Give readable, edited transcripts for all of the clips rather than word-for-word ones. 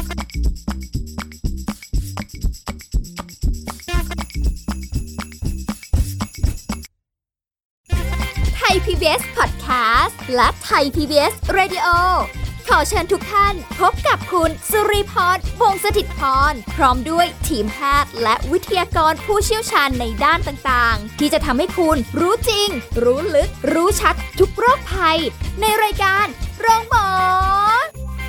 ไทย PBS Podcast และไทย PBS Radio ขอเชิญทุกท่านพบกับคุณสุริพร วงศ์สถิตย์พรพร้อมด้วยทีมแพทย์และวิทยากรผู้เชี่ยวชาญในด้านต่างๆที่จะทำให้คุณรู้จริงรู้ลึกรู้ชัดทุกโรคภัยในรายการโรงพยาบาล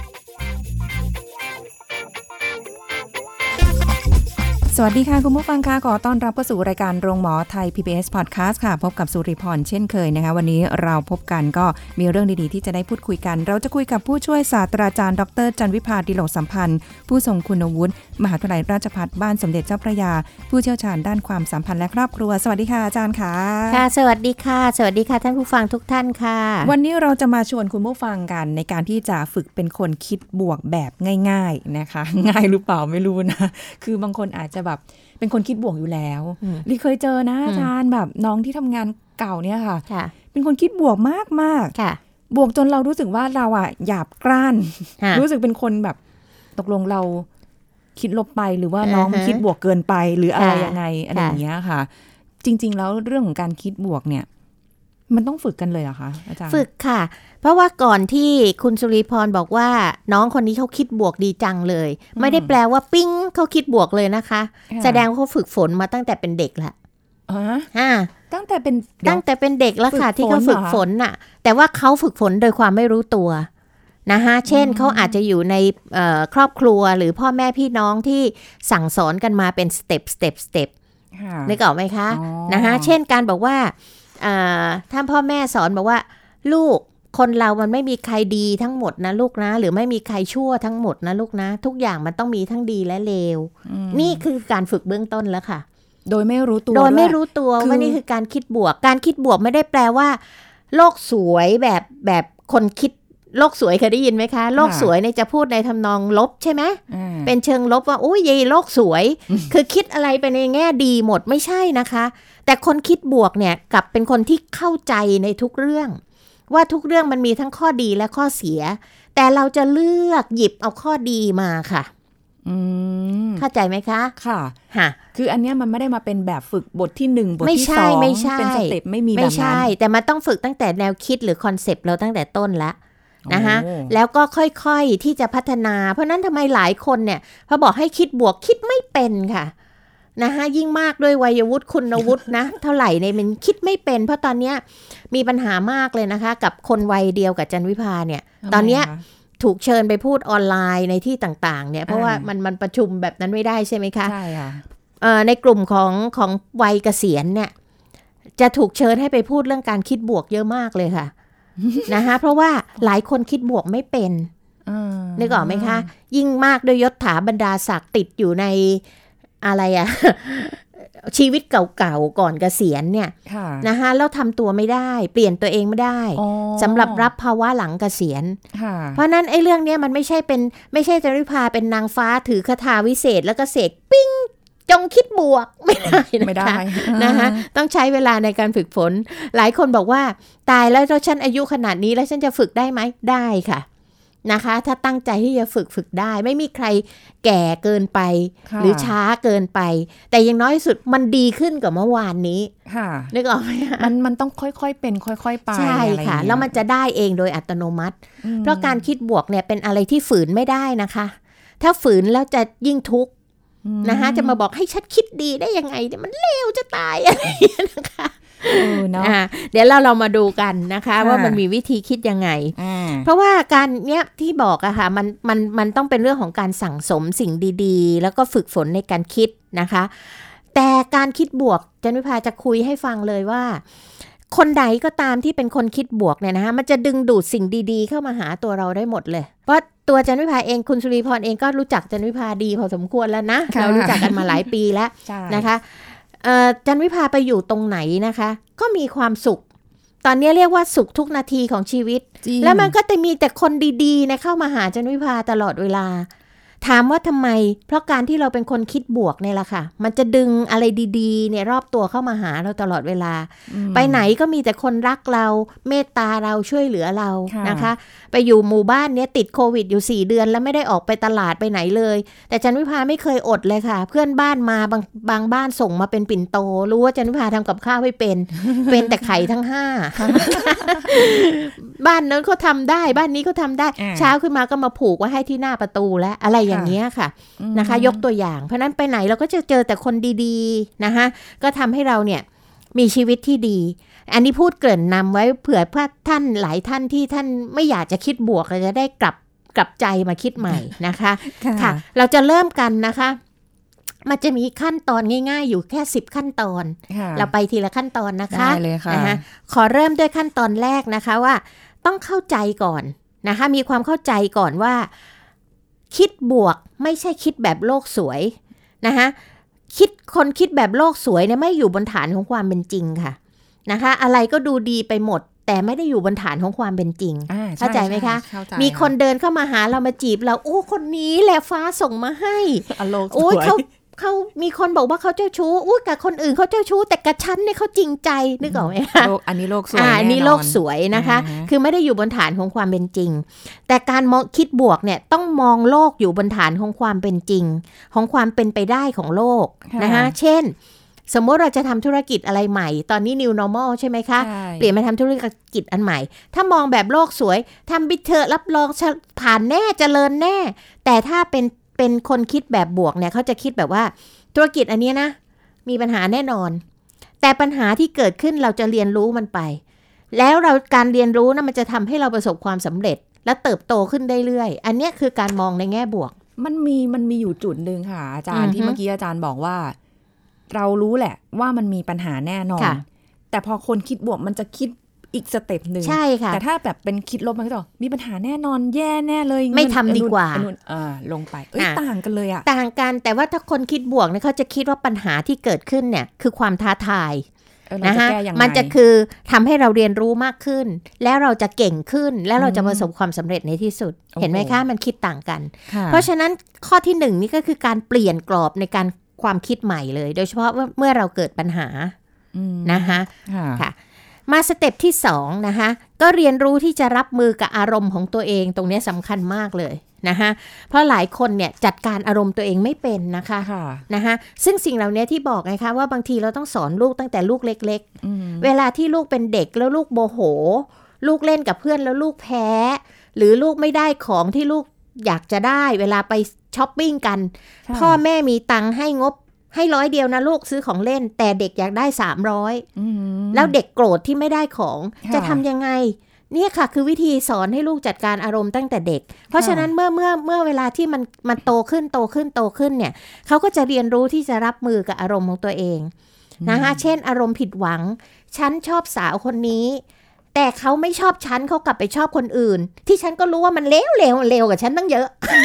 สวัสดีค่ะคุณผู้ฟังค่ะขอต้อนรับเข้าสู่รายการโรงหมอไทย PBS Podcast ค่ะพบกับสุริพรเช่นเคยนะคะวันนี้เราพบกันก็มีเรื่องดีๆที่จะได้พูดคุยกันเราจะคุยกับผู้ช่วยศาสตราจารย์ดร.จันวิภา ดิโลกสัมพันธ์ผู้ทรงคุณวุฒิมหาวิทยาลัยราชภัฏบ้านสมเด็จเจ้าพระยาผู้เชี่ยวชาญด้านความสัมพันธ์และครอบครัวสวัสดีค่ะอาจารย์ค่ะค่ะสวัสดีค่ะสวัสดีค่ะท่านผู้ฟังทุกท่านค่ะวันนี้เราจะมาชวนคุณผู้ฟังกันในการที่จะฝึกเป็นคนคิดบวกแบบง่ายๆนะคะง่ายหรือเปล่าไม่รู้นะคือบางคนอาจจะแบบเป็นคนคิดบวกอยู่แล้วลิเคยเจอนะอาจารย์แบบน้องที่ทำงานเก่าเนี่ยค่ะเป็นคนคิดบวกมากๆบวกจนเรารู้สึกว่าเราอ่ะหยาบกร้านรู้สึกเป็นคนแบบตกลงเราคิดลบไปหรือว่าน้องคิดบวกเกินไปหรืออะไรยังไงอะไรอย่างเงี้ยค่ะจริงๆแล้วเรื่องของการคิดบวกเนี่ยมันต้องฝึกกันเลยเหรอคะอาจารย์ฝึกค่ะเพราะว่าก่อนที่คุณสุริพรบอกว่าน้องคนนี้เขาคิดบวกดีจังเลยไม่ได้แปลว่าปิ้งเขาคิดบวกเลยนะคะแสดงว่าเขาฝึกฝนมาตั้งแต่เป็นเด็กแล้วตั้งแต่เป็นเด็กแล้วค่ะที่เขาฝึกฝนน่ะแต่ว่าเขาฝึกฝนโดยความไม่รู้ตัวนะคะเช่นเขาอาจจะอยู่ในครอบครัวหรือพ่อแม่พี่น้องที่สั่งสอนกันมาเป็นสเต็ปนึกออกไหมคะนะคะเช่นการบอกว่าถ้าพ่อแม่สอนบอกว่าลูกคนเรามันไม่มีใครดีทั้งหมดนะลูกนะหรือไม่มีใครชั่วทั้งหมดนะลูกนะทุกอย่างมันต้องมีทั้งดีและเลวนี่คือการฝึกเบื้องต้นแล้วค่ะโดยไม่รู้ตัวว่านี่คือการคิดบวกการคิดบวกไม่ได้แปลว่าโลกสวยแบบคนคิดโลกสวยเคยได้ยินไหมคะโลกสวยเนี่ยจะพูดในทำนองลบใช่ไหมเป็นเชิงลบว่าโอ้ยเย่โลกสวยคือคิดอะไรไปในแง่ดีหมดไม่ใช่นะคะแต่คนคิดบวกเนี่ยกลับเป็นคนที่เข้าใจในทุกเรื่องว่าทุกเรื่องมันมีทั้งข้อดีและข้อเสียแต่เราจะเลือกหยิบเอาข้อดีมาค่ะเข้าใจไหมคะค่ะคืออันนี้มันไม่ได้มาเป็นแบบฝึกบทที่1บทที่2เป็นสเต็ปไม่มีแบบนั้นไม่ใช่แต่มันต้องฝึกตั้งแต่แนวคิดหรือคอนเซปต์เราตั้งแต่ต้นแล้วนะคะแล้วก็ค่อยๆที่จะพัฒนาเพราะนั้นทำไมหลายคนเนี่ยพอบอกให้คิดบวกคิดไม่เป็นค่ะนะคะยิ่งมากด้วยวัยวุฒิคุณวุฒินะเท่าไหร่เนี่ยมันคิดไม่เป็นเพราะตอนนี้มีปัญหามากเลยนะคะกับคนวัยเดียวกับจันวิภาเนี่ยตอนนี้ถูกเชิญไปพูดออนไลน์ในที่ต่างๆเนี่ยเพราะว่ามันประชุมแบบนั้นไม่ได้ใช่ไหมคะใช่ค่ะในกลุ่มของวัยเกษียณเนี่ยจะถูกเชิญให้ไปพูดเรื่องการคิดบวกเยอะมากเลยค่ะ นะคะเพราะว่าหลายคนคิดบวกไม่เป็นนึกออกไหมคะยิ่งมากด้วยยศถาบรรดาศักดิ์ติดอยู่ในอะไรอะ ชีวิตเก่าๆก่อนเกษียณเนี่ยนะคะแล้วทำตัวไม่ได้เปลี่ยนตัวเองไม่ได้สำหรับรับภาวะหลังเกษียณเพราะนั้นไอ้เรื่องนี้มันไม่ใช่จันวิภาเป็นนางฟ้าถือคาถาวิเศษแล้วก็เสกปิ้งจงคิดบวกไม่ได้นะคะต้องใช้เวลาในการฝึกฝนหลายคนบอกว่าตายแล้วฉันอายุขนาดนี้แล้วฉันจะฝึกได้ไหมได้ค่ะนะคะถ้าตั้งใจที่จะฝึกได้ไม่มีใครแก่เกินไปหรือช้าเกินไปแต่อย่างน้อยสุดมันดีขึ้นกว่าเมื่อวานนี้นึกออกไหมมันต้องค่อยๆเป็นค่อยๆไปใช่ค่ะแล้วมันจะได้เองโดยอัตโนมัติเพราะการคิดบวกเนี่ยเป็นอะไรที่ฝืนไม่ได้นะคะถ้าฝืนแล้วจะยิ่งทุกข์นะคะจะมาบอกให้ฉันคิดดีได้ยังไงเนี่ยมันเลวจะตายอะไรอย่างเงี้ยนะคะเดี๋ยวเรามาดูกันนะคะว่ามันมีวิธีคิดยังไงเพราะว่าการเนี้ยที่บอกอะค่ะมันต้องเป็นเรื่องของการสั่งสมสิ่งดีๆแล้วก็ฝึกฝนในการคิดนะคะแต่การคิดบวกจันวิภาจะคุยให้ฟังเลยว่าคนใดก็ตามที่เป็นคนคิดบวกเนี่ยนะคะมันจะดึงดูดสิ่งดีๆเข้ามาหาตัวเราได้หมดเลยเพราะตัวจันวิภาเองคุณสุริพรเองก็รู้จักจันวิภาดีพอสมควรแล้วนะเรารู้จักกันมาหลายปีแล้วนะคะจันวิภาไปอยู่ตรงไหนนะคะก็มีความสุขตอนนี้เรียกว่าสุขทุกนาทีของชีวิตแล้วมันก็จะมีแต่คนดีๆนะเข้ามาหาจันวิภาตลอดเวลาถามว่าทำไมเพราะการที่เราเป็นคนคิดบวกเนี่ยแหละค่ะมันจะดึงอะไรดีๆเนี่ยรอบตัวเข้ามาหาเราตลอดเวลาไปไหนก็มีแต่คนรักเราเมตตาเราช่วยเหลือเรานะคะไปอยู่หมู่บ้านเนี้ยติดโควิดอยู่4เดือนแล้วไม่ได้ออกไปตลาดไปไหนเลยแต่จันวิภาไม่เคยอดเลยค่ะเพื่อนบ้านมาบางบ้านส่งมาเป็นปิ่นโตรู้ว่าจันวิภาทำกับข้าวไม่เป็น เป็นแต่ไข่ทั้ง5 บ้านนั้นเขาทำได้บ้านนี้เขาทำได้เช้าขึ้นมาก็มาผูกไว้ให้ที่หน้าประตูและอะไรอย่างเงี้ยค่ะนะคะยกตัวอย่างเพราะนั้นไปไหนเราก็จะเจอแต่คนดีๆนะคะก็ทำให้เราเนี่ยมีชีวิตที่ดีอันนี้พูดเกริ่นนำไว้เผื่อท่านหลายท่านที่ท่านไม่อยากจะคิดบวกเราจะได้กลับใจมาคิดใหม่นะคะค่ะเราจะเริ่มกันนะคะมันจะมีขั้นตอนง่ายๆอยู่แค่10ขั้นตอนเราไปทีละขั้นตอนนะคะได้เลยค่ะนะคะขอเริ่มด้วยขั้นตอนแรกนะคะว่าต้องเข้าใจก่อนนะคะมีความเข้าใจก่อนว่าคิดบวกไม่ใช่คิดแบบโลกสวยนะคะคนคิดแบบโลกสวยเนี่ยไม่อยู่บนฐานของความเป็นจริงค่ะนะคะอะไรก็ดูดีไปหมดแต่ไม่ได้อยู่บนฐานของความเป็นจริงเข้าใจไหมคะมีคนเดินเข้ามาหาเรามาจีบเราโอ้คนนี้แหละฟ้าส่งมาให้โอ้เขามีคนบอกว่าเขาเจ้าชู้อุ้ยกับคนอื่นเขาเจ้าชู้แต่กับฉันเนี่ยเขาจริงใจนึกออกไหมคะอันนี้โลกสวยอันนี้โลกสวยนะคะคือไม่ได้อยู่บนฐานของความเป็นจริงแต่การมองคิดบวกเนี่ยต้องมองโลกอยู่บนฐานของความเป็นจริงของความเป็นไปได้ของโลกนะคะเช่นสมมติเราจะทำธุรกิจอะไรใหม่ตอนนี้ new normal ใช่ไหมคะเปลี่ยนมาทำธุรกิจอันใหม่ถ้ามองแบบโลกสวยทำบิเถอะรับรองผ่านแน่เจริญแน่แต่ถ้าเป็นคนคิดแบบบวกเนี่ยเขาจะคิดแบบว่าธุรกิจอันนี้นะมีปัญหาแน่นอนแต่ปัญหาที่เกิดขึ้นเราจะเรียนรู้มันไปแล้วการเรียนรู้นะมันจะทำให้เราประสบความสำเร็จและเติบโตขึ้นได้เรื่อยอันนี้คือการมองในแง่บวกมันมีอยู่จุดนึงค่ะอาจารย์ที่เมื่อกี้อาจารย์บอกว่าเรารู้แหละว่ามันมีปัญหาแน่นอนแต่พอคนคิดบวกมันจะคิดอีกสเต็ปนึงใช่ค่ะแต่ถ้าแบบเป็นคิดลบมันก็จะมีปัญหาแน่นอนแย่แน่เลยไม่ทำดีกว่าลงไปต่างกันเลยอะต่างกันแต่ว่าถ้าคนคิดบวกเนี่ยเขาจะคิดว่าปัญหาที่เกิดขึ้นเนี่ยคือความท้าทายนะคะมันจะคือทำให้เราเรียนรู้มากขึ้นแล้วเราจะเก่งขึ้นแล้วเราจะประสบความสำเร็จในที่สุดเห็นไหมคะมันคิดต่างกันเพราะฉะนั้นข้อที่1นี่ก็คือการเปลี่ยนกรอบในการความคิดใหม่เลยโดยเฉพาะเมื่อเราเกิดปัญหานะคะค่ะมาสเต็ปที่2นะคะก็เรียนรู้ที่จะรับมือกับอารมณ์ของตัวเองตรงนี้สำคัญมากเลยนะคะเพราะหลายคนเนี่ยจัดการอารมณ์ตัวเองไม่เป็นนะคะซึ่งสิ่งเหล่านี้ที่บอกไงคะว่าบางทีเราต้องสอนลูกตั้งแต่ลูกเล็กๆเวลาที่ลูกเป็นเด็กแล้วลูกโมโหลูกเล่นกับเพื่อนแล้วลูกแพ้หรือลูกไม่ได้ของที่ลูกอยากจะได้เวลาไปช้อปปิ้งกันพ่อแม่มีตังค์ให้งบให้100เดียวนะลูกซื้อของเล่นแต่เด็กอยากได้300แล้วเด็กโกรธที่ไม่ได้ของจะทำยังไงเนี่ยค่ะคือวิธีสอนให้ลูกจัดการอารมณ์ตั้งแต่เด็กเพราะฉะนั้นเมื่อเวลาที่มันโตขึ้นเนี่ยเขาก็จะเรียนรู้ที่จะรับมือกับอารมณ์ของตัวเองนะคะเช่นอารมณ์ผิดหวังฉันชอบสาวคนนี้แต่เขาไม่ชอบฉันเขากลับไปชอบคนอื่นที่ฉันก็รู้ว่ามันเลวกับฉันตั้งเยอะ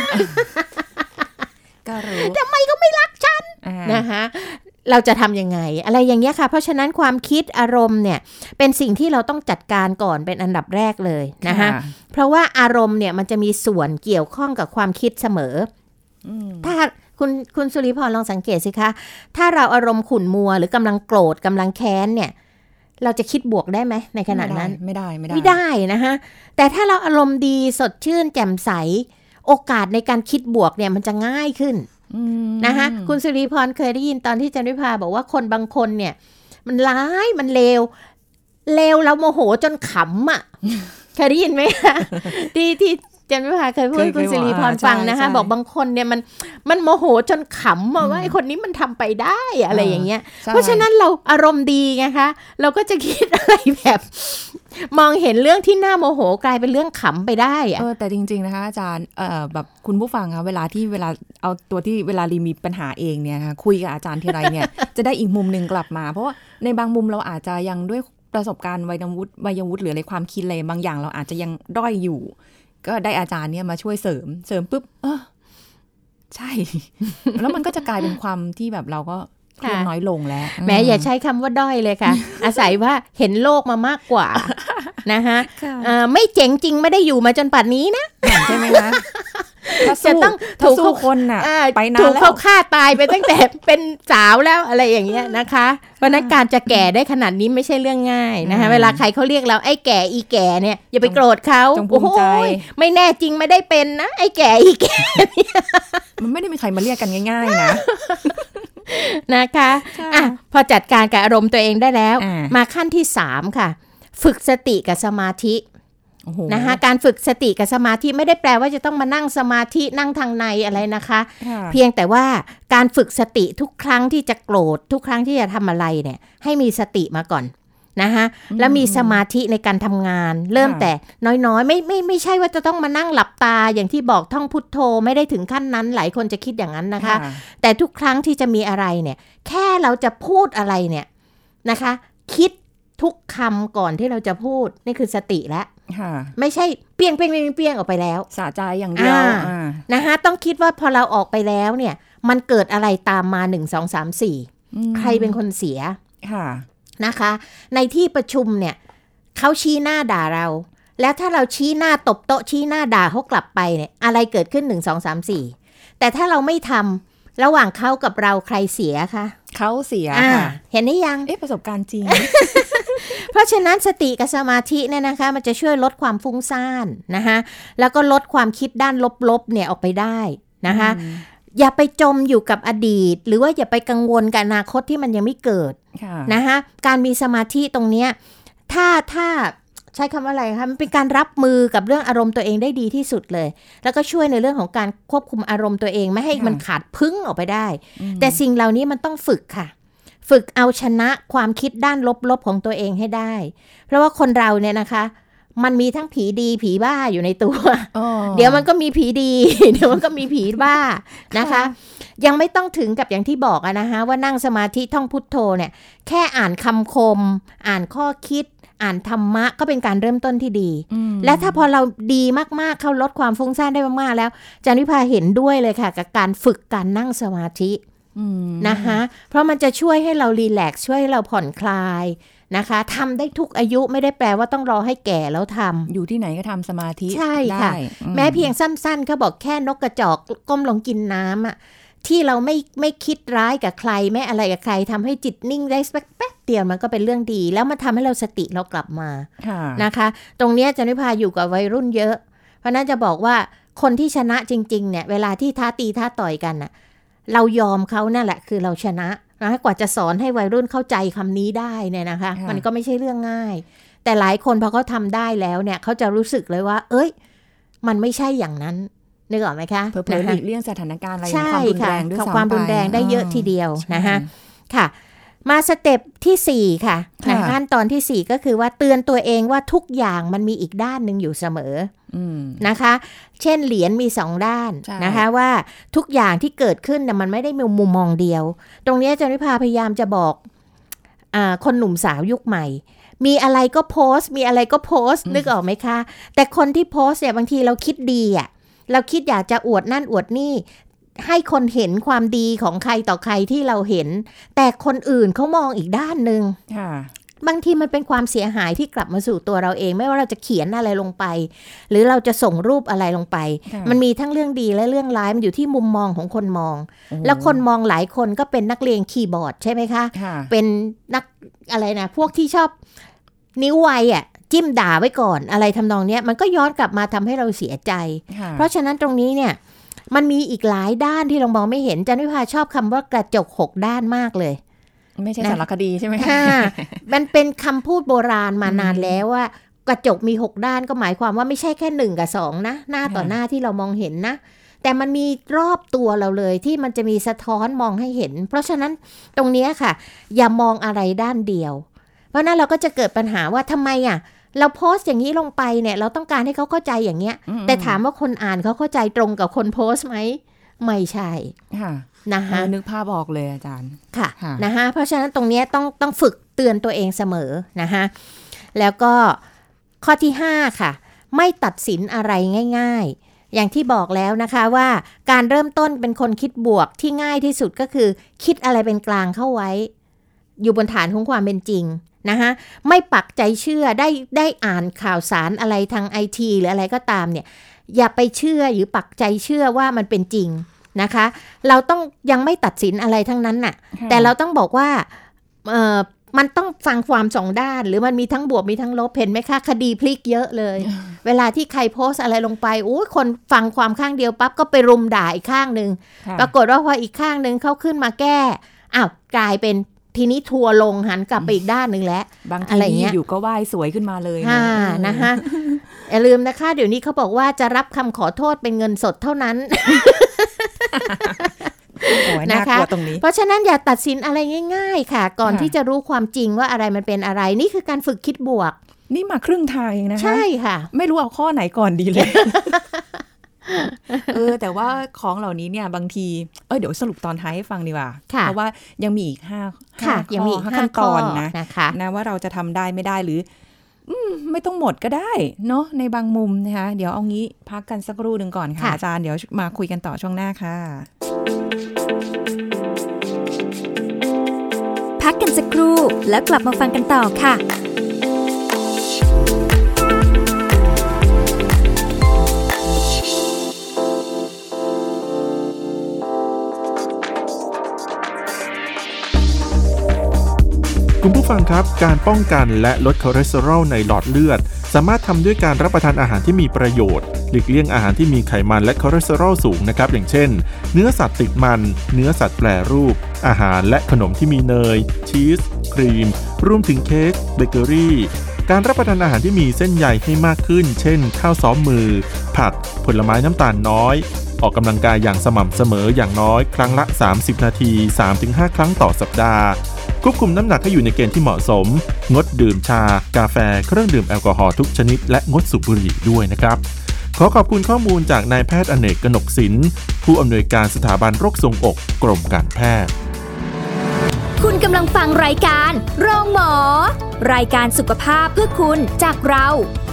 ทำไมก็ไม่รักฉันนะคะเราจะทำยังไงอะไรอย่างเงี้ยค่ะเพราะฉะนั้นความคิดอารมณ์เนี่ยเป็นสิ่งที่เราต้องจัดการก่อนเป็นอันดับแรกเลยนะคะเพราะว่าอารมณ์เนี่ยมันจะมีส่วนเกี่ยวข้องกับความคิดเสมอถ้าคุณสุริพรลองสังเกตสิคะถ้าเราอารมณ์ขุ่นมัวหรือกำลังโกรธกำลังแค้นเนี่ยเราจะคิดบวกได้ไหมในขณะนั้นไม่ได้นะคะแต่ถ้าเราอารมณ์ดีสดชื่นแจ่มใสโอกาสในการคิดบวกเนี่ยมันจะง่ายขึ้นนะคะคุณสุริพรเคยได้ยินตอนที่จันวิภาบอกว่าคนบางคนเนี่ยมันร้ายมันเลวแล้วโมโหจนขำอ่ะเคยได้ยินไหมคะที่จันวิภาเคยพูดคุณสุริพรฟังนะคะบอกบางคนเนี่ยมันโมโหจนขำว่าไอ้คนนี้มันทำไปได้อะไรอย่างเงี้ยเพราะฉะนั้นเราอารมณ์ดีไงคะเราก็จะคิดอะไรแบบมองเห็นเรื่องที่น่าโมโหกลายเป็นเรื่องขำไปได้อะแต่จริงๆนะคะอาจารย์แบบคุณผู้ฟังคะเวลาเอาตัวที่เวลารีมีปัญหาเองเนี่ยค่ะคุยกับอาจารย์ทีไรเนี่ย จะได้อีกมุมนึงกลับมาเพราะว่าในบางมุมเราอาจจะยังด้วยประสบการณ์วัยวุฒิหรืออะไรความคิดอะไรบางอย่างเราอาจจะยังด้อยอยู่ก็ได้อาจารย์เนี่ยมาช่วยเสริมปุ๊บใช่ แล้วมันก็จะกลายเป็นความที่แบบเราก็เครียดน้อยลงแล้วแม้อย่าใช้คำว่าด้อยเลยค่ะ อาศัยว่าเห็นโลกมามากกว่านะคะไม่เจ๋งจริงไม่ได้อยู่มาจนป่านนี้นะใช่ไหมคะจะต้องถ้าสู้คนน่ะไปนานแล้วถูกเขาฆ่าตายไปตั้งแต่เป็นสาวแล้วอะไรอย่างเงี้ยนะคะเพราะนั้นการจะแก่ได้ขนาดนี้ไม่ใช่เรื่องง่ายนะคะเวลาใครเขาเรียกเราไอ้แก่อีแก่เนี่ยอย่าไปโกรธเขาโอ้โหไม่แน่จริงไม่ได้เป็นนะไอ้แก่อีแก่มันไม่ได้มีใครมาเรียกกันง่ายๆนะนะคะอ่ะพอจัดการกับอารมณ์ตัวเองได้แล้วมาขั้นที่3ค่ะฝึกสติกับสมาธินะคะการฝึกสติกับสมาธิไม่ได้แปลว่าจะต้องมานั่งสมาธินั่งทางในอะไรนะคะเพียงแต่ว่าการฝึกสติทุกครั้งที่จะโกรธทุกครั้งที่จะทำอะไรเนี่ยให้มีสติมาก่อนนะคะแล้วมีสมาธิในการทำงานเริ่มแต่น้อยๆไม่ใช่ว่าจะต้องมานั่งหลับตาอย่างที่บอกท่องพุทโธไม่ได้ถึงขั้นนั้นหลายคนจะคิดอย่างนั้นนะคะแต่ทุกครั้งที่จะมีอะไรเนี่ยแค่เราจะพูดอะไรเนี่ยนะคะคิดทุกคำก่อนที่เราจะพูดนี่คือสติแล้วไม่ใช่เปี้ยงออกไปแล้วสะใจอย่างเดียวนะคะต้องคิดว่าพอเราออกไปแล้วเนี่ยมันเกิดอะไรตามมา1 2 3 4ใครเป็นคนเสียนะคะในที่ประชุมเนี่ยเขาชี้หน้าด่าเราแล้วถ้าเราชี้หน้าตบโต๊ะชี้หน้าด่าเขากลับไปเนี่ยอะไรเกิดขึ้น1 2 3 4แต่ถ้าเราไม่ทำระหว่างเขากับเราใครเสียคะเขาเสียค่ะเห็นได้ยังประสบการณ์จริงเพราะฉะนั้นสติกับสมาธิเนี่ยนะคะมันจะช่วยลดความฟุ้งซ่านนะคะแล้วก็ลดความคิดด้านลบๆเนี่ยออกไปได้นะคะอย่าไปจมอยู่กับอดีตหรือว่าอย่าไปกังวลกับอนาคตที่มันยังไม่เกิดนะคะการมีสมาธิตรงเนี้ยถ้าใช้คำว่าอะไรคะมันเป็นการรับมือกับเรื่องอารมณ์ตัวเองได้ดีที่สุดเลยแล้วก็ช่วยในเรื่องของการควบคุมอารมณ์ตัวเองไม่ให้มันขาดพึ่งออกไปได้แต่สิ่งเหล่านี้มันต้องฝึกค่ะฝึกเอาชนะความคิดด้านลบๆของตัวเองให้ได้เพราะว่าคนเราเนี่ยนะคะมันมีทั้งผีดีผีบ้าอยู่ในตัวเดี๋ยวมันก็มีผีดีเดี๋ยวมันก็มีผีบ้านะคะยังไม่ต้องถึงกับอย่างที่บอกนะคะว่านั่งสมาธิท่องพุทโธเนี่ยแค่อ่านคำคมอ่านข้อคิดอ่านธรรมะก็เป็นการเริ่มต้นที่ดีและถ้าพอเราดีมากๆเข้าลดความฟุ้งซ่านได้มากๆแล้วจันวิภาเห็นด้วยเลยค่ะกับการฝึกการนั่งสมาธินะคะเพราะมันจะช่วยให้เรารีแลกซ์ช่วยให้เราผ่อนคลายนะคะทำได้ทุกอายุไม่ได้แปลว่าต้องรอให้แก่แล้วทำอยู่ที่ไหนก็ทำสมาธิใช่ค่ะแม้เพียงสั้นๆเขาบอกแค่นกกระจอกก้มลงกินน้ำอะที่เราไม่คิดร้ายกับใครไม่อะไรกับใครทำให้จิตนิ่งได้แป๊บเดียวมันก็เป็นเรื่องดีแล้วมันทำให้เราสติเรากลับมานะคะตรงนี้จันวิภาอยู่กับวัยรุ่นเยอะเพราะนั้นจะบอกว่าคนที่ชนะจริงๆเนี่ยเวลาที่ท้าตีท้าต่อยกันน่ะเรายอมเขานั่นแหละคือเราชนะนะกว่าจะสอนให้วัยรุ่นเข้าใจคำนี้ได้เนี่ยนะคะมันก็ไม่ใช่เรื่องง่ายแต่หลายคนพอเขาทำได้แล้วเนี่ยเขาจะรู้สึกเลยว่าเอ้ยมันไม่ใช่อย่างนั้นนึกออกไหมคะเผลอๆหลีกเลี่ยงสถานการณ์อะไรความรุนแรงด้วยซ้ำไปความรุนแรงได้เยอะทีเดียวนะคะค่ะมาสเต็ปที่4ค่ะขั้นตอนที่4ก็คือว่าเตือนตัวเองว่าทุกอย่างมันมีอีกด้านนึงอยู่เสมอนะคะเช่นเหรียญมี2ด้านนะคะว่าทุกอย่างที่เกิดขึ้นน่ะมันไม่ได้มีมุมมองเดียวตรงนี้จันวิภาพยายามจะบอกคนหนุ่มสาวยุคใหม่มีอะไรก็โพสต์มีอะไรก็โพสต์นึกออกไหมคะแต่คนที่โพสต์เนี่ยบางทีเราคิดดีอ่ะเราคิดอยากจะอวดนั่นอวดนี่ให้คนเห็นความดีของใครต่อใครที่เราเห็นแต่คนอื่นเขามองอีกด้านนึงบางทีมันเป็นความเสียหายที่กลับมาสู่ตัวเราเองไม่ว่าเราจะเขียนอะไรลงไปหรือเราจะส่งรูปอะไรลงไปมันมีทั้งเรื่องดีและเรื่องร้ายมันอยู่ที่มุมมองของคนมองแล้วคนมองหลายคนก็เป็นนักเลงคีย์บอร์ดใช่ไหมคะเป็นนักอะไรนะพวกที่ชอบนิ้วไวอ่ะจิ้มด่าไว้ก่อนอะไรทำนองเนี้ยมันก็ย้อนกลับมาทำให้เราเสียใจเพราะฉะนั้นตรงนี้เนี่ยมันมีอีกหลายด้านที่เรามองไม่เห็นจันวิภาชอบคำว่ากระจก6ด้านมากเลยไม่ใช่สารคดีใช่ไหมมันเป็นคำพูดโบราณมานานแล้วว่ากระจกมี6ด้านก็หมายความว่าไม่ใช่แค่1กับ2นะหน้าต่อหน้าที่เรามองเห็นนะแต่มันมีรอบตัวเราเลยที่มันจะมีสะท้อนมองให้เห็นเพราะฉะนั้นตรงนี้ค่ะอย่ามองอะไรด้านเดียวเพราะนั้นเราก็จะเกิดปัญหาว่าทำไมเราโพสต์อย่างนี้ลงไปเนี่ยเราต้องการให้เขาเข้าใจอย่างเงี้ยแต่ถามว่าคนอ่านเขาเข้าใจตรงกับคนโพสต์ไหมไม่ใช่นะคะนึกภาพออกเลยอาจารย์ค่ะนะคะเพราะฉะนั้นตรงนี้ต้องฝึกเตือนตัวเองเสมอนะคะแล้วก็ข้อที่5ค่ะไม่ตัดสินอะไรง่ายๆอย่างที่บอกแล้วนะคะว่าการเริ่มต้นเป็นคนคิดบวกที่ง่ายที่สุดก็คือคิดอะไรเป็นกลางเข้าไว้อยู่บนฐานของความเป็นจริงนะคะไม่ปักใจเชื่อได้อ่านข่าวสารอะไรทาง IT หรืออะไรก็ตามเนี่ยอย่าไปเชื่อหรือปักใจเชื่อว่ามันเป็นจริงนะคะเราต้องยังไม่ตัดสินอะไรทั้งนั้นน่ะแต่เราต้องบอกว่ามันต้องฟังความสองด้านหรือมันมีทั้งบวกมีทั้งลบเห็นไหมคะคดีพลิกเยอะเลยเวลาที่ใครโพสอะไรลงไปโอ้ยคนฟังความข้างเดียวปั๊บก็ไปรุมด่าอีกข้างนึงปรากฏว่าพออีกข้างนึงเขาขึ้นมาแก้อ้าวกลายเป็นทีนี้ทัวร์ลงหันกลับไปอีกด้านนึงแล้วบางทีอยู่ก็ว่ายสวยขึ้นมาเลยนะคะอย่าลืมนะคะเดี๋ยวนี้เขาบอกว่าจะรับคำขอโทษเป็นเงินสดเท่านั้นนะคะเพราะฉะนั้นอย่าตัดสินอะไรง่ายๆค่ะก่อนที่จะรู้ความจริงว่าอะไรมันเป็นอะไรนี่คือการฝึกคิดบวกนี่มาครึ่งทางเองนะคะใช่ค่ะไม่รู้เอาข้อไหนก่อนดีเลย แต่ว่าของเหล่านี้เนี่ยบางทีเดี๋ยวสรุปตอนท้ายให้ฟังดีกว่าเพราะว่ายังมีอีก5ขั้นตอนนะว่าเราจะทำได้ไม่ได้หรือไม่ต้องหมดก็ได้เนาะในบางมุมนะคะเดี๋ยวเอางี้พักกันสักครู่หนึ่งก่อนค่ะอาจารย์เดี๋ยวมาคุยกันต่อช่วงหน้าค่ะพักกันสักครู่แล้วกลับมาฟังกันต่อค่ะคุณผู้ฟังครับการป้องกันและลดคอเลสเตอรอลในหลอดเลือดสามารถทำด้วยการรับประทานอาหารที่มีประโยชน์หลีกเลี่ยงอาหารที่มีไขมันและคอเลสเตอรอลสูงนะครับอย่างเช่นเนื้อสัตว์ติดมันเนื้อสัตว์แปรรูปอาหารและขนมที่มีเนยชีสครีมรวมถึงเค้กเบเกอรี่การรับประทานอาหารที่มีเส้นใยให้มากขึ้นเช่นข้าวซ้อมมือผักผลไม้น้ำตาลน้อยออกกำลังกายอย่างสม่ำเสมออย่างน้อยครั้งละ30นาที 3-5 ครั้งต่อสัปดาห์ควบคุมน้ำหนักให้อยู่ในเกณฑ์ที่เหมาะสมงดดื่มชากาแฟเครื่องดื่มแอลกอฮอล์ทุกชนิดและงดสูบบุหรี่ด้วยนะครับขอขอบคุณข้อมูลจากนายแพทย์อเนกกนกศิลป์ผู้อำนวยการสถาบันโรคทรวงอกกรมการแพทย์คุณกำลังฟังรายการโรงหมอรายการสุขภาพเพื่อคุณจากเรา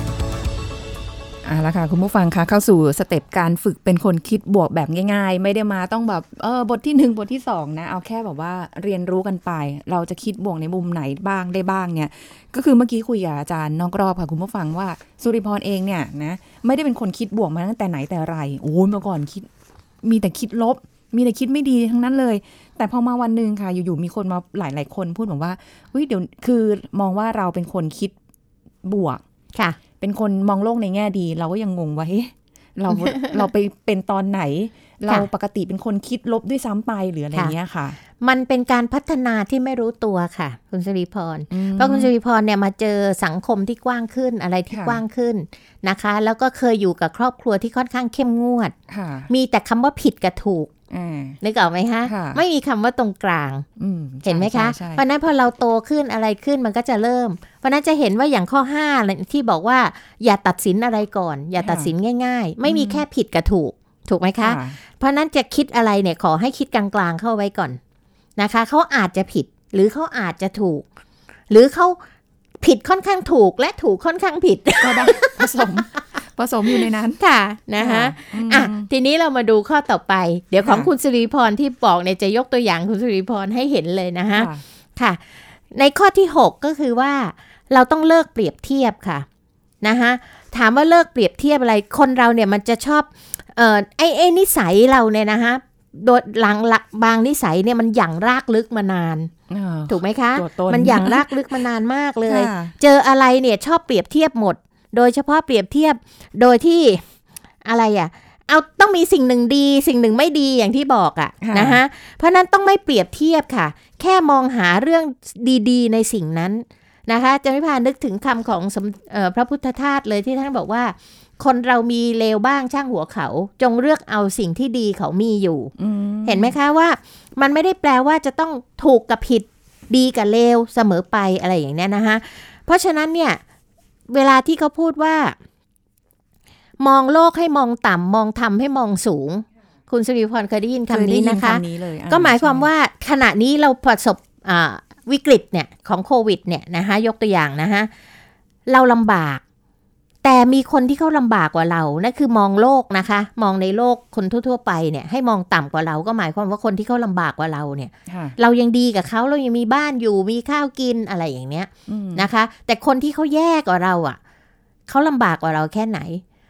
แล้วค่ะคุณผู้ฟังคะเข้าสู่สเต็ปการฝึกเป็นคนคิดบวกแบบง่ายๆไม่ได้มาต้องแบบบทที่1บทที่2นะเอาแค่แบบว่าเรียนรู้กันไปเราจะคิดบวกในมุมไหนบ้างได้บ้างเนี่ยก็คือเมื่อกี้คุยกับอาจารย์นอกรอบค่ะคุณผู้ฟังว่าสุริพรเองเนี่ยนะไม่ได้เป็นคนคิดบวกมาตั้งแต่ไหนแต่ไรโอ้ยเมื่อก่อนคิดมีแต่คิดลบมีแต่คิดไม่ดีทั้งนั้นเลยแต่พอมาวันนึงค่ะอยู่ๆมีคนมาหลายๆคนพูดบอกว่าเดี๋ยวคือมองว่าเราเป็นคนคิดบวกค่ะเป็นคนมองโลกในแง่ดีเราก็ยังงงว่าเราไปเป็นตอนไหนเราปกติเป็นคนคิดลบด้วยซ้ำไปหรืออะไรเงี้ยค่ะมันเป็นการพัฒนาที่ไม่รู้ตัวค่ะคุณสิริพรเพราะคุณสิริพรเนี่ยมาเจอสังคมที่กว้างขึ้นอะไรที่กว้างขึ้นนะคะแล้วก็เคยอยู่กับครอบครัวที่ค่อนข้างเข้มงวดมีแต่คำว่าผิดกับถูกนึกออกไหมคะไม่มีคำว่าตรงกลางเห็นไหมคะเพราะนั้นพอเราโตขึ้นอะไรขึ้นมันก็จะเริ่มเพราะนั้นจะเห็นว่าอย่างข้อ5ที่บอกว่าอย่าตัดสินอะไรก่อนอย่าตัดสินง่ายๆไม่มีแค่ผิดกับถูกไหมคะเพราะนั้นจะคิดอะไรเนี่ยขอให้คิดกลางๆเข้าไว้ก่อนนะคะเขาอาจจะผิดหรือเขาอาจจะถูกหรือเขาผิดค่อนข้างถูกและถูกค่อนข้างผิดก็ได้ผสมอยู่ในนั้นค่ะนะคะทีนี้เรามาดูข้อต่อไปเดี๋ยวของคุณสิริพรที่บอกเนี่ยจะยกตัวอย่างคุณสิริพรให้เห็นเลยนะคะค่ะในข้อที่6ก็คือว่าเราต้องเลิกเปรียบเทียบค่ะนะคะถามว่าเลิกเปรียบเทียบอะไรคนเราเนี่ยมันจะชอบไอ้นิสัยเราเนี่ยนะคะโดยหลังบางนิสัยเนี่ยมันหยั่งรากลึกมานานถูกไหมคะมันหยั่งรากลึกมานานมากเลยเจออะไรเนี่ยชอบเปรียบเทียบหมดโดยเฉพาะเปรียบเทียบโดยที่อะไรเอาต้องมีสิ่งหนึ่งดีสิ่งหนึ่งไม่ดีอย่างที่บอกนะคะเพราะนั้นต้องไม่เปรียบเทียบค่ะแค่มองหาเรื่องดีๆในสิ่งนั้นนะคะจะไม่พานึกถึงคำของพระพุทธทาสเลยที่ท่านบอกว่าคนเรามีเลวบ้างช่างหัวเขาจงเลือกเอาสิ่งที่ดีเขามีอยู่เห็นไหมคะว่ามันไม่ได้แปลว่าจะต้องถูกกับผิดดีกับเลวเสมอไปอะไรอย่างนี้นะคะเพราะฉะนั้นเนี่ยเวลาที่เขาพูดว่ามองโลกให้มองต่ำมองธรรมให้มองสูงคุณสิริพรเคยได้ยินคำนี้นะคะก็หมายความว่าขณะนี้เราประสบวิกฤตเนี่ยของโควิดเนี่ยนะคะยกตัวอย่างนะคะเราลำบากแต่มีคนที่เขาลำบากกว่าเรานั่นคือมองโลกนะคะมองในโลกคนทั่วๆไปเนี่ยให้มองต่ำกว่าเราก็หมายความว่าคนที่เขาลำบากกว่าเราเนี่ยเรายังดีกับเขาเรายังมีบ้านอยู่มีข้าวกินอะไรอย่างเนี้ยนะคะแต่คนที่เขาแย่กว่าเราเขาลำบากกว่าเราแค่ไหน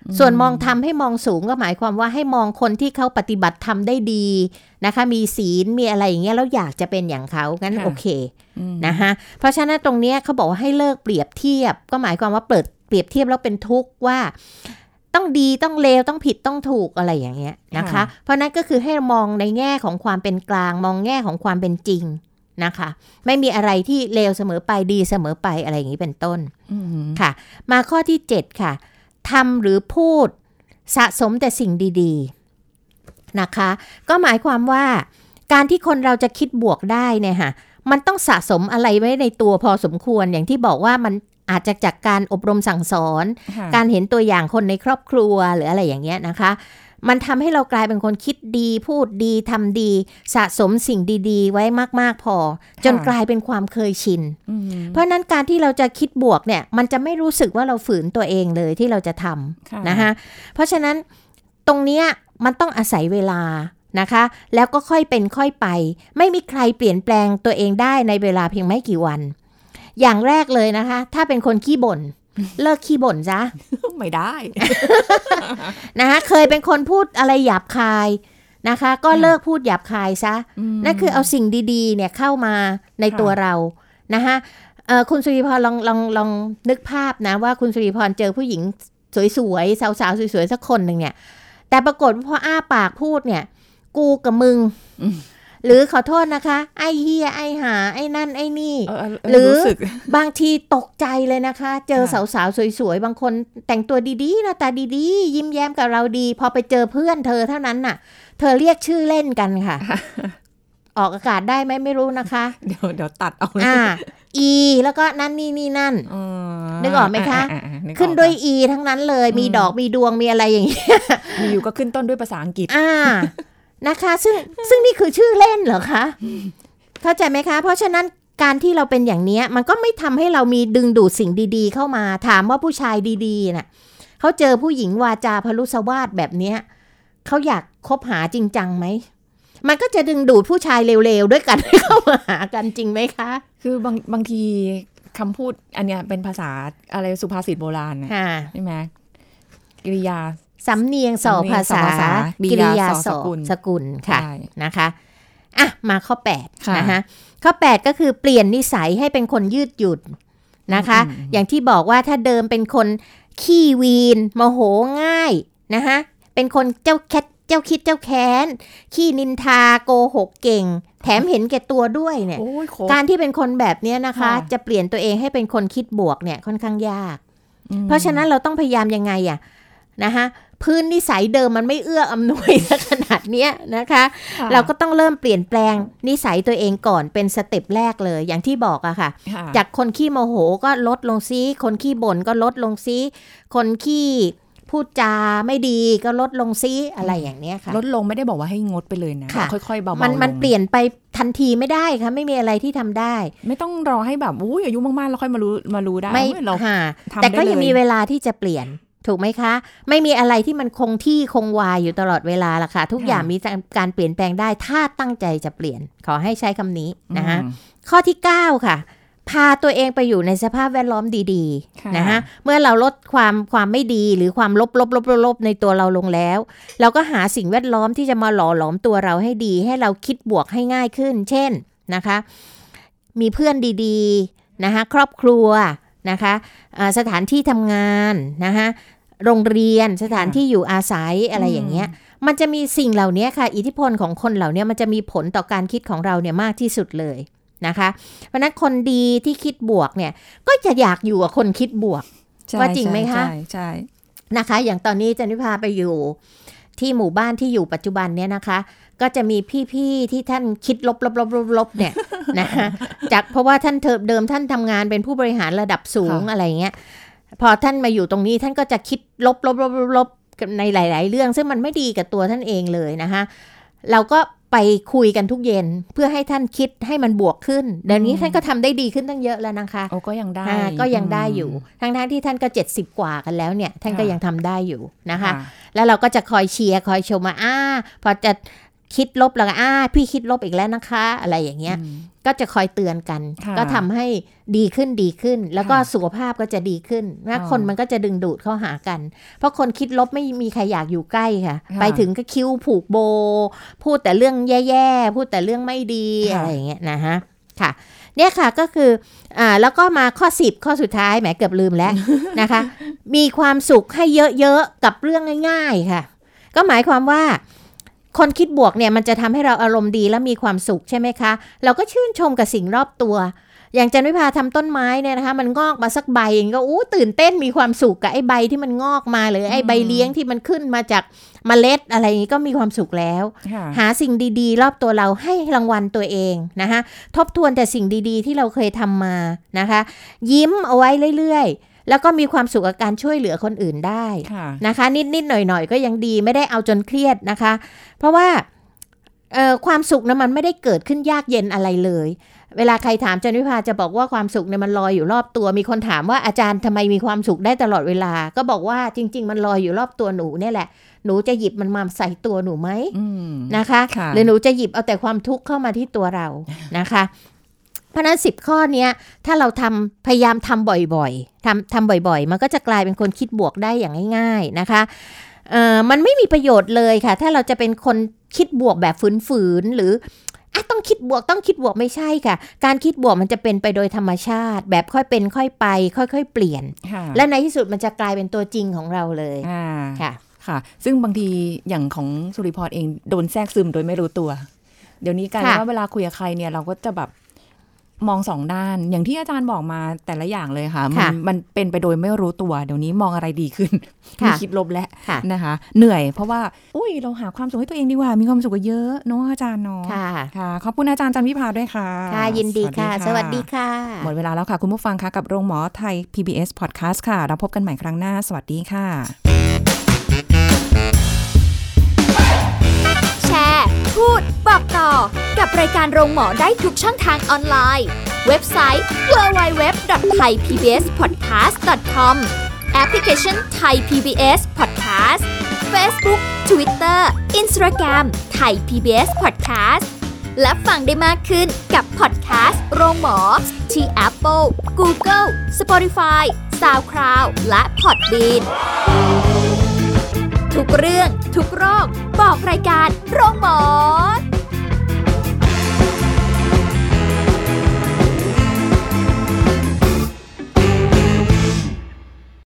ส่วนมองธรรมให้มองสูงก็หมายความว่าให้มองคนที่เขาปฏิบัติธรรมได้ดีนะคะมีศีลมีอะไรอย่างเงี้ยแล้วอยากจะเป็นอย่างเขางั้นโอเคนะคะเพราะฉะนั้นตรงเนี้ยเขาบอกว่าให้เลิกเปรียบเทียบก็หมายความว่าเปรียบเทียบแล้วเป็นทุกข์ว่าต้องดีต้องเลวต้องผิดต้องถูกอะไรอย่างเงี้ยนะคะเพราะนั้นก็คือให้มองในแง่ของความเป็นกลางมองแง่ของความเป็นจริงนะคะไม่มีอะไรที่เลวเสมอไปดีเสมอไปอะไรอย่างนี้เป็นต้นค่ะมาข้อที่7ค่ะทำหรือพูดสะสมแต่สิ่งดีๆนะคะก็หมายความว่าการที่คนเราจะคิดบวกได้เนี่ยค่ะมันต้องสะสมอะไรไว้ในตัวพอสมควรอย่างที่บอกว่ามันอาจจะจากการอบรมสั่งสอนการเห็นตัวอย่างคนในครอบครัวหรืออะไรอย่างเงี้ยนะคะมันทำให้เรากลายเป็นคนคิดดีพูดดีทำดีสะสมสิ่งดีๆไว้มากๆพอจนกลายเป็นความเคยชินเพราะนั้นการที่เราจะคิดบวกเนี่ยมันจะไม่รู้สึกว่าเราฝืนตัวเองเลยที่เราจะทำนะคะเพราะฉะนั้นตรงเนี้ยมันต้องอาศัยเวลานะคะแล้วก็ค่อยเป็นค่อยไปไม่มีใครเปลี่ยนแปลงตัวเองได้ในเวลาเพียงไม่กี่วันอย่างแรกเลยนะคะถ้าเป็นคนขี้บ่นเลิกขี้บ่นซะไม่ได้นะคะเคยเป็นคนพูดอะไรหยาบคายนะคะก็เลิกพูดหยาบคายซะนั่นคือเอาสิ่งดีๆเนี่ยเข้ามาในตัวเรานะคะคุณสุริพรลองนึกภาพนะว่าคุณสุริพรเจอผู้หญิงสวยๆสาวๆสวยๆสักคนหนึ่งเนี่ยแต่ปรากฏว่าพออ้าปากพูดเนี่ยกูกับมึงหรือขอโทษนะคะไอ้เฮียไอ้หาไอ้นั่นไอ้นี่หรือบางทีตกใจเลยนะคะเจอสาวๆสวยๆบางคนแต่งตัวดีๆหน้าตาดีๆยิ้มแย้มกับเราดีพอไปเจอเพื่อนเธอเท่านั้นน่ะเธอเรียกชื่อเล่นกันค่ะ ออกอากาศได้ไหมไม่รู้นะคะเดี๋ยวตัดเอาอีแล้วก็นั่นนี่นั่นนึกออกไหมคะขึ้นด้วยอีทั้งนั้นเลยมีดอกมีดวงมีอะไรอย่างเงี้ยมีอยู่ก็ขึ้นต้นด้วยภาษาอังกฤษนะคะซึ่งนี่คือชื่อเล่นเหรอคะเข้าใจไหมคะเพราะฉะนั้นการที่เราเป็นอย่างนี้มันก็ไม่ทำให้เรามีดึงดูดสิ่งดีๆเข้ามาถามว่าผู้ชายดีๆน่ะเขาเจอผู้หญิงวาจาพลุสวาทแบบนี้เขาอยากคบหาจริงจังไหมมันก็จะดึงดูดผู้ชายเร็วๆด้วยกันให้เข้ามาหากันจริงไหมคะคือบางทีคำพูดอันเนี้ยเป็นภาษาอะไรสุภาษิตโบราณใช่ไหมกริยาสำเนียงสอภาษากริยาสอสกุลค่ะนะคะอ่ะมาข้อ8นะคะข้อ8ก็คือเปลี่ยนนิสัยให้เป็นคนยืดหยุ่นนะคะอย่างที่บอกว่าถ้าเดิมเป็นคนขี้วีนโมโหง่ายนะคะเป็นคนเจ้าคิดเจ้าแค้นขี้นินทาโกหกเก่งแถมเห็นแก่ตัวด้วยเนี่ยการที่เป็นคนแบบนี้นะคะจะเปลี่ยนตัวเองให้เป็นคนคิดบวกเนี่ยค่อนข้างยากเพราะฉะนั้นเราต้องพยายามยังไงอะนะคะพื้นนิสัยเดิมมันไม่เอื้ออำนวยขนาดนี้นะคะเราก็ต้องเริ่มเปลี่ยนแปลงนิสัยตัวเองก่อนเป็นสเต็ปแรกเลยอย่างที่บอกอะค่ะจากคนขี้โมโหก็ลดลงซิคนขี้บ่นก็ลดลงซิคนขี้พูดจาไม่ดีก็ลดลงซิอะไรอย่างนี้ค่ะลดลงไม่ได้บอกว่าให้งดไปเลยนะค่อยๆเบาๆมันเปลี่ยนไปทันทีไม่ได้ค่ะไม่มีอะไรที่ทำได้ไม่ต้องรอให้แบบอายุมากๆแล้วค่อยมารู้ได้ไม่เราแต่ก็ยังมีเวลาที่จะเปลี่ยนถูกไหมคะไม่มีอะไรที่มันคงที่คงวายอยู่ตลอดเวลาล่ะค่ะทุกอย่างมีการเปลี่ยนแปลงได้ถ้าตั้งใจจะเปลี่ยนขอให้ใช้คำนี้นะคะข้อที่9ค่ะพาตัวเองไปอยู่ในสภาพแวดล้อมดีๆนะคะเมื่อเราลดความไม่ดีหรือความลบในตัวเราลงแล้วเราก็หาสิ่งแวดล้อมที่จะมาหล่อหลอมตัวเราให้ดีให้เราคิดบวกให้ง่ายขึ้นเช่นนะคะมีเพื่อนดีๆนะคะครอบครัวนะคะสถานที่ทำงานนะคะโรงเรียนสถานที่อยู่อาศัยอะไรอย่างเงี้ยมันจะมีสิ่งเหล่านี้ค่ะอิทธิพลของคนเหล่านี้มันจะมีผลต่อการคิดของเราเนี่ยมากที่สุดเลยนะคะเพราะนั้นคนดีที่คิดบวกเนี่ยก็จะอยากอยู่กับคนคิดบวกว่าจริงไหมคะใช่นะคะอย่างตอนนี้จันวิภาไปอยู่ที่หมู่บ้านที่อยู่ปัจจุบันเนี่ยนะคะก็จะมีพี่ๆที่ท่านคิดลบเนี่ยนะคะจากเพราะว่าท่านเดิมท่านทำงานเป็นผู้บริหารระดับสูงอะไรเงี้ยพอท่านมาอยู่ตรงนี้ท่านก็จะคิดลบในหลายๆเรื่องซึ่งมันไม่ดีกับตัวท่านเองเลยนะคะเราก็ไปคุยกันทุกเย็นเพื่อให้ท่านคิดให้มันบวกขึ้นเดี๋ยวนี้ท่านก็ทำได้ดีขึ้นตั้งเยอะแล้วนะคะก็ยังได้อยู่ทั้งที่ท่านก็70กว่ากันแล้วเนี่ยท่านก็ยังทำได้อยู่นะคะแล้วเราก็จะคอยเชียร์คอยชมมาพอจะคิดลบแล้วก็พี่คิดลบอีกแล้วนะคะอะไรอย่างเงี้ยก็จะคอยเตือนกันก็ทำให้ดีขึ้นแล้วก็สุขภาพก็จะดีขึ้นนะคนมันก็จะดึงดูดเข้าหากันเพราะคนคิดลบไม่มีใครอยากอยู่ใกล้ค่ะไปถึงก็คิ้วผูกโบพูดแต่เรื่องแย่ๆพูดแต่เรื่องไม่ดีอะไรอย่างเงี้ยนะฮะค่ะเนี่ยค่ะก็คือแล้วก็มาข้อ10ข้อสุดท้ายแหมเกือบลืมแล้ว นะคะมีความสุขให้เยอะๆกับเรื่องง่ายๆค่ะก็หมายความว่าคนคิดบวกเนี่ยมันจะทำให้เราอารมณ์ดีและมีความสุขใช่ไหมคะเราก็ชื่นชมกับสิ่งรอบตัวอย่างจันวิภาทำต้นไม้เนี่ยนะคะมันงอกมาสักใบก็ตื่นเต้นมีความสุขกับไอ้ใบที่มันงอกมาหรือไอ้ใบเลี้ยงที่มันขึ้นมาจากเมล็ดอะไรอย่างนี้ก็มีความสุขแล้วหาสิ่งดีๆรอบตัวเราให้รางวัลตัวเองนะคะทบทวนแต่สิ่งดีๆที่เราเคยทำมานะคะยิ้มเอาไว้เรื่อยๆแล้วก็มีความสุขกับการช่วยเหลือคนอื่นได้นะคะนิดๆหน่อยๆก็ยังดีไม่ได้เอาจนเครียดนะคะเพราะว่าความสุขนะมันไม่ได้เกิดขึ้นยากเย็นอะไรเลยเวลาใครถามจันวิภาจะบอกว่าความสุขเนี่ยมันลอยอยู่รอบตัวมีคนถามว่าอาจารย์ทำไมมีความสุขได้ตลอดเวลาก็บอกว่าจริงๆมันลอยอยู่รอบตัวหนูเนี่ยแหละหนูจะหยิบมันมาใส่ตัวหนูไหมนะคะหรือหนูจะหยิบเอาแต่ความทุกข์เข้ามาที่ตัวเรานะคะเพราะนั้น10ข้อนี้ถ้าเราพยายามทำบ่อยๆทำบ่อยๆมันก็จะกลายเป็นคนคิดบวกได้อย่างง่ายๆนะคะมันไม่มีประโยชน์เลยค่ะถ้าเราจะเป็นคนคิดบวกแบบฝืนๆหรือต้องคิดบวกไม่ใช่ค่ะการคิดบวกมันจะเป็นไปโดยธรรมชาติแบบค่อยเป็นค่อยไปค่อยๆเปลี่ยนและในที่สุดมันจะกลายเป็นตัวจริงของเราเลยค่ะซึ่งบางทีอย่างของสุริพรเองโดนแทรกซึมโดยไม่รู้ตัวเดี๋ยวนี้กลายเป็นว่าเวลาคุยกับใครเนี่ยเราก็จะแบบมอง2ด้านอย่างที่อาจารย์บอกมาแต่ละอย่างเลยค่ะมันเป็นไปโดยไม่รู้ตัวเดี๋ยวนี้มองอะไรดีขึ้นไม่คิดลบแล้วนะคะเหนื่อยเพราะว่าเราหาความสุขให้ตัวเองดีกว่ามีความสุขเยอะเนาะอาจารย์เนาะค่ะขอบคุณอาจารย์จันวิภาด้วยค่ะค่ะยินดีค่ะสวัสดีค่ะหมดเวลาแล้วค่ะคุณผู้ฟังค่ะกับโรงหมอไทย PBS Podcast ค่ะเราพบกันใหม่ครั้งหน้าสวัสดีค่ะแชร์พูดบอกต่อกับรายการโรงหมอได้ทุกช่องทางออนไลน์เว็บไซต์ www.thaipbspodcast.com แอปพลิเคชัน Thai PBS Podcast Facebook Twitter Instagram Thai PBS Podcast และฟังได้มากขึ้นกับพอดแคสต์โรงหมอที่ Apple, Google, Spotify, SoundCloud และ Podbean ทุกเรื่องทุกโรคบอกรายการโรงหมอ